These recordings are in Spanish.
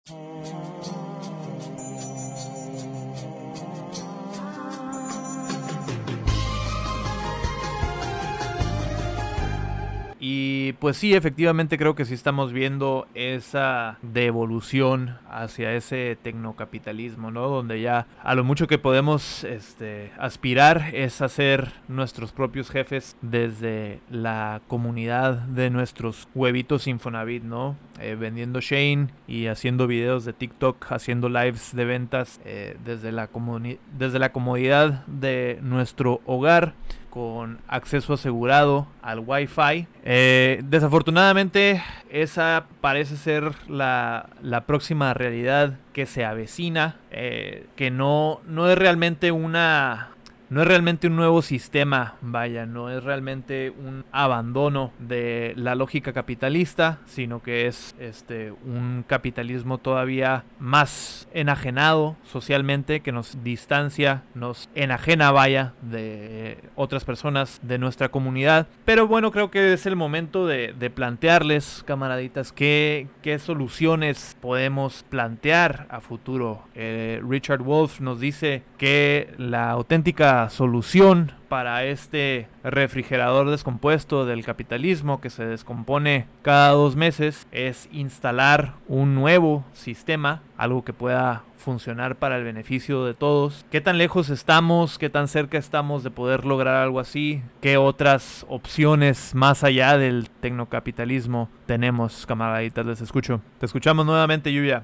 Y pues sí, efectivamente creo que sí estamos viendo esa devolución hacia ese tecnocapitalismo, ¿no? Donde ya a lo mucho que podemos aspirar es a ser nuestros propios jefes desde la comunidad de nuestros huevitos Infonavit, ¿no? Vendiendo Shane y haciendo videos de TikTok, haciendo lives de ventas desde la comodidad de nuestro hogar, con acceso asegurado al Wi-Fi. Desafortunadamente, esa parece ser la próxima realidad que se avecina, que no es realmente no es realmente un nuevo sistema, vaya, no es realmente un abandono de la lógica capitalista, sino que es un capitalismo todavía más enajenado socialmente, que nos distancia, nos enajena, vaya, de otras personas de nuestra comunidad. Pero bueno, creo que es el momento de plantearles, camaraditas, qué soluciones podemos plantear a futuro. Richard Wolff nos dice que la auténtica solución para este refrigerador descompuesto del capitalismo que se descompone cada 2 meses es instalar un nuevo sistema, algo que pueda funcionar para el beneficio de todos. ¿Qué tan lejos estamos? ¿Qué tan cerca estamos de poder lograr algo así? ¿Qué otras opciones más allá del tecnocapitalismo tenemos, camaraditas? Les escucho. Te escuchamos nuevamente, Lluvia.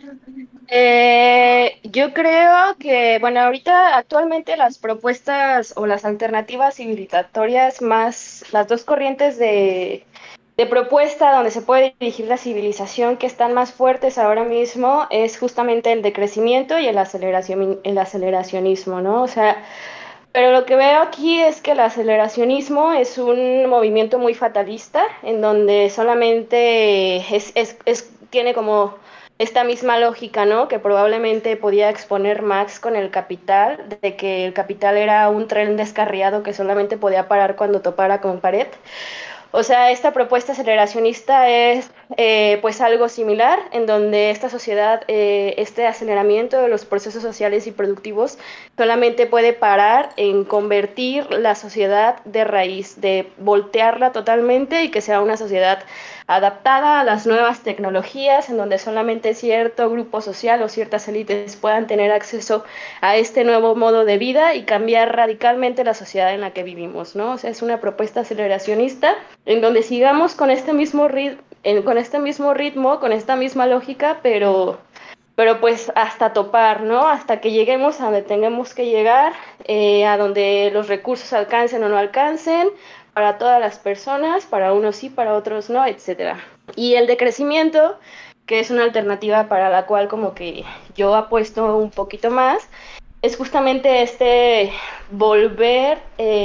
Yo creo que, bueno, ahorita actualmente las propuestas o las alternativas civilizatorias más, las dos corrientes de propuesta donde se puede dirigir la civilización que están más fuertes ahora mismo es justamente el decrecimiento y el aceleracionismo, ¿no? O sea, pero lo que veo aquí es que el aceleracionismo es un movimiento muy fatalista, en donde solamente tiene como esta misma lógica, ¿no? Que probablemente podía exponer Marx con el capital, de que el capital era un tren descarriado que solamente podía parar cuando topara con pared. O sea, esta propuesta aceleracionista es pues algo similar, en donde esta sociedad, este aceleramiento de los procesos sociales y productivos solamente puede parar en convertir la sociedad de raíz, de voltearla totalmente y que sea una sociedad adaptada a las nuevas tecnologías, en donde solamente cierto grupo social o ciertas élites puedan tener acceso a este nuevo modo de vida y cambiar radicalmente la sociedad en la que vivimos, ¿no? O sea, es una propuesta aceleracionista en donde sigamos con este mismo ritmo, con esta misma lógica, pero pues hasta topar, ¿no? Hasta que lleguemos a donde tengamos que llegar, a donde los recursos alcancen o no alcancen, para todas las personas, para unos sí, para otros no, etcétera. Y el decrecimiento, que es una alternativa para la cual como que yo apuesto un poquito más, es justamente volver,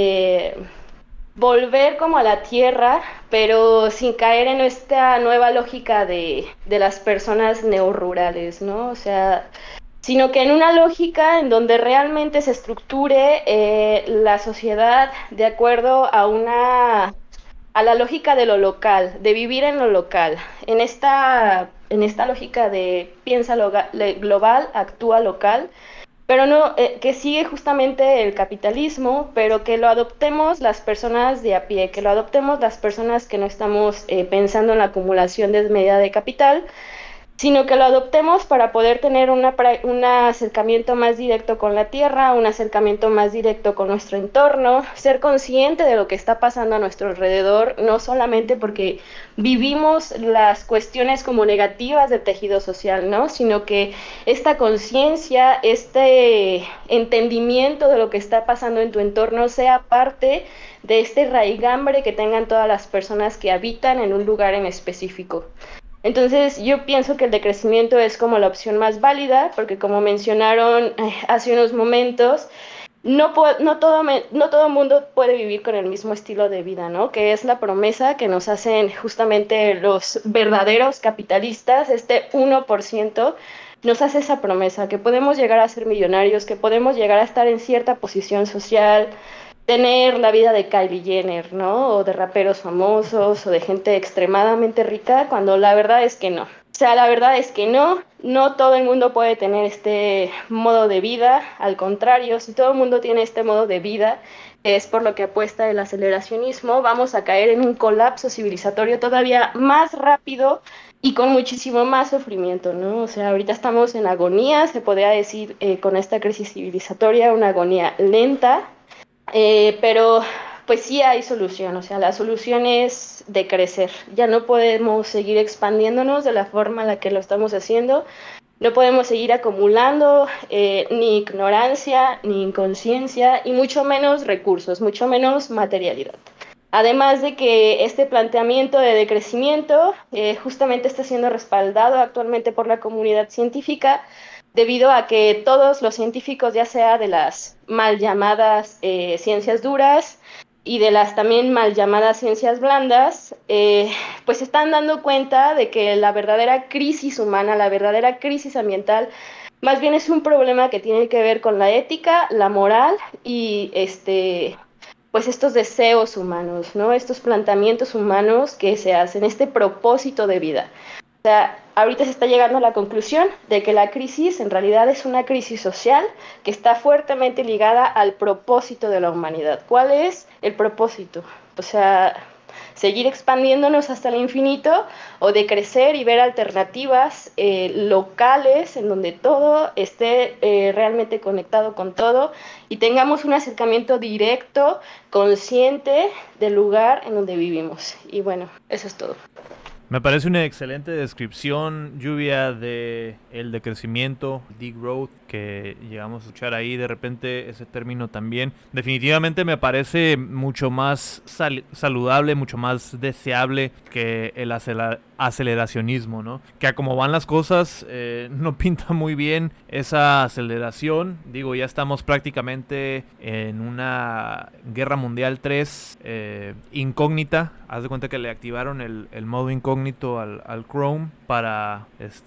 volver como a la tierra, pero sin caer en esta nueva lógica de las personas neorurales, ¿no? O sea, sino que en una lógica en donde realmente se estructure la sociedad de acuerdo a la lógica de lo local, de vivir en lo local, en esta lógica de piensa global, actúa local, pero no, que sigue justamente el capitalismo, pero que lo adoptemos las personas de a pie, que lo adoptemos las personas que no estamos pensando en la acumulación desmedida de capital, sino que lo adoptemos para poder tener un acercamiento más directo con la tierra, un acercamiento más directo con nuestro entorno, ser consciente de lo que está pasando a nuestro alrededor, no solamente porque vivimos las cuestiones como negativas del tejido social, ¿no? Sino que esta conciencia, este entendimiento de lo que está pasando en tu entorno sea parte de este raigambre que tengan todas las personas que habitan en un lugar en específico. Entonces yo pienso que el decrecimiento es como la opción más válida, porque como mencionaron hace unos momentos, no todo mundo puede vivir con el mismo estilo de vida, ¿no? Que es la promesa que nos hacen justamente los verdaderos capitalistas, este 1% nos hace esa promesa, que podemos llegar a ser millonarios, que podemos llegar a estar en cierta posición social, tener la vida de Kylie Jenner, ¿no? O de raperos famosos o de gente extremadamente rica, cuando la verdad es que no. O sea, la verdad es que no. no todo el mundo puede tener este modo de vida, al contrario, si todo el mundo tiene este modo de vida, es por lo que apuesta el aceleracionismo, vamos a caer en un colapso civilizatorio todavía más rápido y con muchísimo más sufrimiento, ¿no? O sea, ahorita estamos en agonía, se podría decir con esta crisis civilizatoria, una agonía lenta, pero pues sí hay solución, o sea, la solución es decrecer. Ya no podemos seguir expandiéndonos de la forma en la que lo estamos haciendo. No podemos seguir acumulando ni ignorancia, ni inconsciencia, y mucho menos recursos, mucho menos materialidad. Además de que este planteamiento de decrecimiento justamente está siendo respaldado actualmente por la comunidad científica, debido a que todos los científicos, ya sea de las mal llamadas ciencias duras y de las también mal llamadas ciencias blandas, pues se están dando cuenta de que la verdadera crisis humana, la verdadera crisis ambiental, más bien es un problema que tiene que ver con la ética, la moral y pues estos deseos humanos, ¿no? Estos planteamientos humanos que se hacen, este propósito de vida. O sea, ahorita se está llegando a la conclusión de que la crisis en realidad es una crisis social que está fuertemente ligada al propósito de la humanidad. ¿Cuál es el propósito? O sea, seguir expandiéndonos hasta el infinito o de crecer y ver alternativas locales en donde todo esté realmente conectado con todo y tengamos un acercamiento directo, consciente del lugar en donde vivimos. Y bueno, eso es todo. Me parece una excelente descripción, Lluvia, de el decrecimiento, degrowth, que llegamos a escuchar ahí de repente ese término también. Definitivamente me parece mucho más saludable, mucho más deseable que el aceleracionismo, ¿no? Que a como van las cosas, no pinta muy bien esa aceleración. Digo, ya estamos prácticamente en una Guerra Mundial 3 incógnita. Haz de cuenta que le activaron el modo incógnito al Chrome para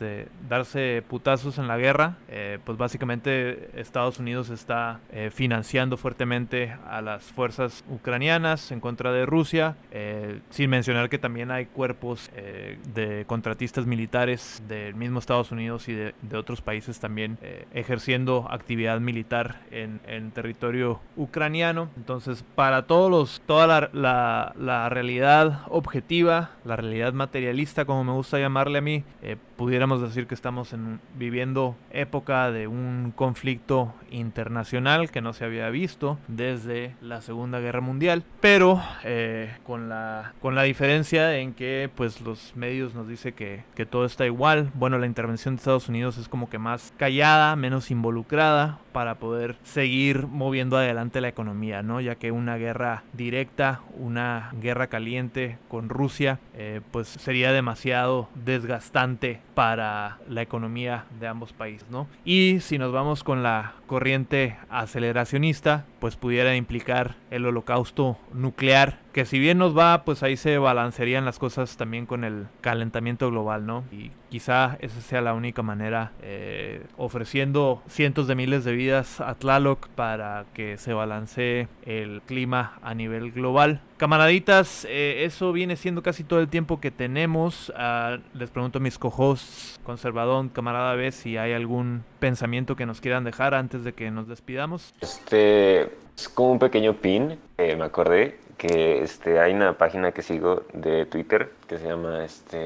darse putazos en la guerra. Pues básicamente Estados Unidos está financiando fuertemente a las fuerzas ucranianas en contra de Rusia, sin mencionar que también hay cuerpos de contratistas militares del mismo Estados Unidos y de otros países también ejerciendo actividad militar en territorio ucraniano. Entonces, para toda la realidad objetiva, la realidad materialista, como me gusta llamarle a mí, pudiéramos decir que estamos viviendo época de un conflicto internacional que no se había visto desde la Segunda Guerra Mundial, pero con la diferencia en que pues los medios nos dicen que todo está igual. Bueno, la intervención de Estados Unidos es como que más callada, menos involucrada para poder seguir moviendo adelante la economía, ¿no? Ya que una guerra directa, una guerra caliente con Rusia, pues sería demasiado desgastante para la economía de ambos países, ¿no? Y si nos vamos con la corriente aceleracionista, pues pudiera implicar el holocausto nuclear, que si bien nos va, pues ahí se balancearían las cosas también con el calentamiento global, ¿no? Y quizá esa sea la única manera, ofreciendo cientos de miles de vidas a Tlaloc para que se balancee el clima a nivel global. Camaraditas, eso viene siendo casi todo el tiempo que tenemos. Les pregunto a mis co-hosts, Conservadón, camarada B, si hay algún pensamiento que nos quieran dejar antes de que nos despidamos. Es como un pequeño pin, me acordé que hay una página que sigo de Twitter que se llama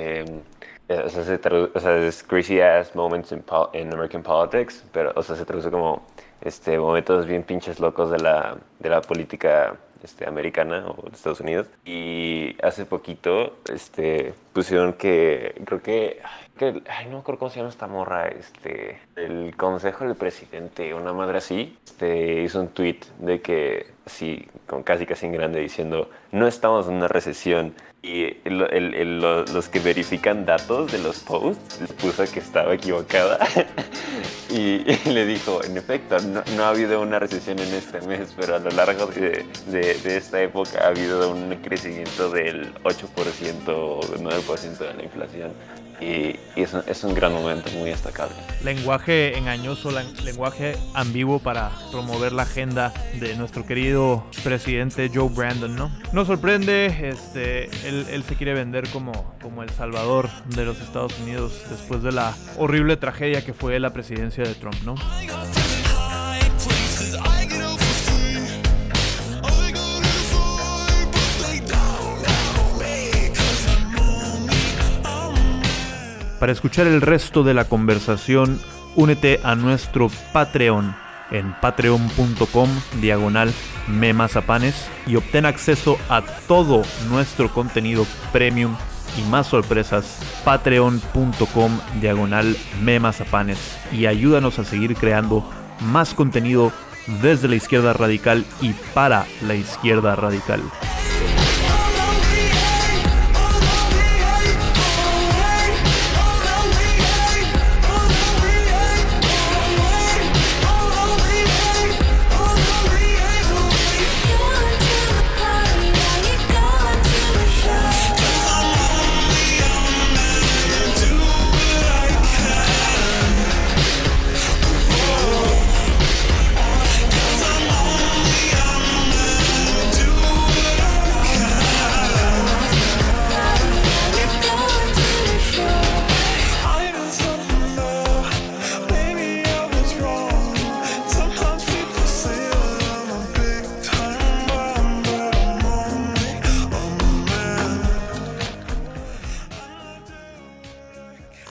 o sea, es Crazy Ass Moments in American Politics, pero o sea, se traduce como momentos bien pinches locos de la política americana o de Estados Unidos. Y hace poquito pusieron creo que ay, no me acuerdo cómo se llama esta morra, el consejo del presidente, una madre así, hizo un tweet de que sí, con casi en grande, diciendo no estamos en una recesión. Y los que verifican datos de los posts le puso que estaba equivocada y le dijo, en efecto, no ha habido una recesión en este mes, pero a lo largo de esta época ha habido un crecimiento del 8% o 9% de la inflación. y es un gran momento muy destacable. Lenguaje engañoso, lenguaje ambiguo para promover la agenda de nuestro querido presidente Joe Brandon, ¿no? Nos sorprende, él se quiere vender como el salvador de los Estados Unidos después de la horrible tragedia que fue la presidencia de Trump, ¿no? Para escuchar el resto de la conversación, únete a nuestro Patreon en patreon.com/memazapanes y obtén acceso a todo nuestro contenido premium y más sorpresas. patreon.com/memazapanes y ayúdanos a seguir creando más contenido desde la izquierda radical y para la izquierda radical.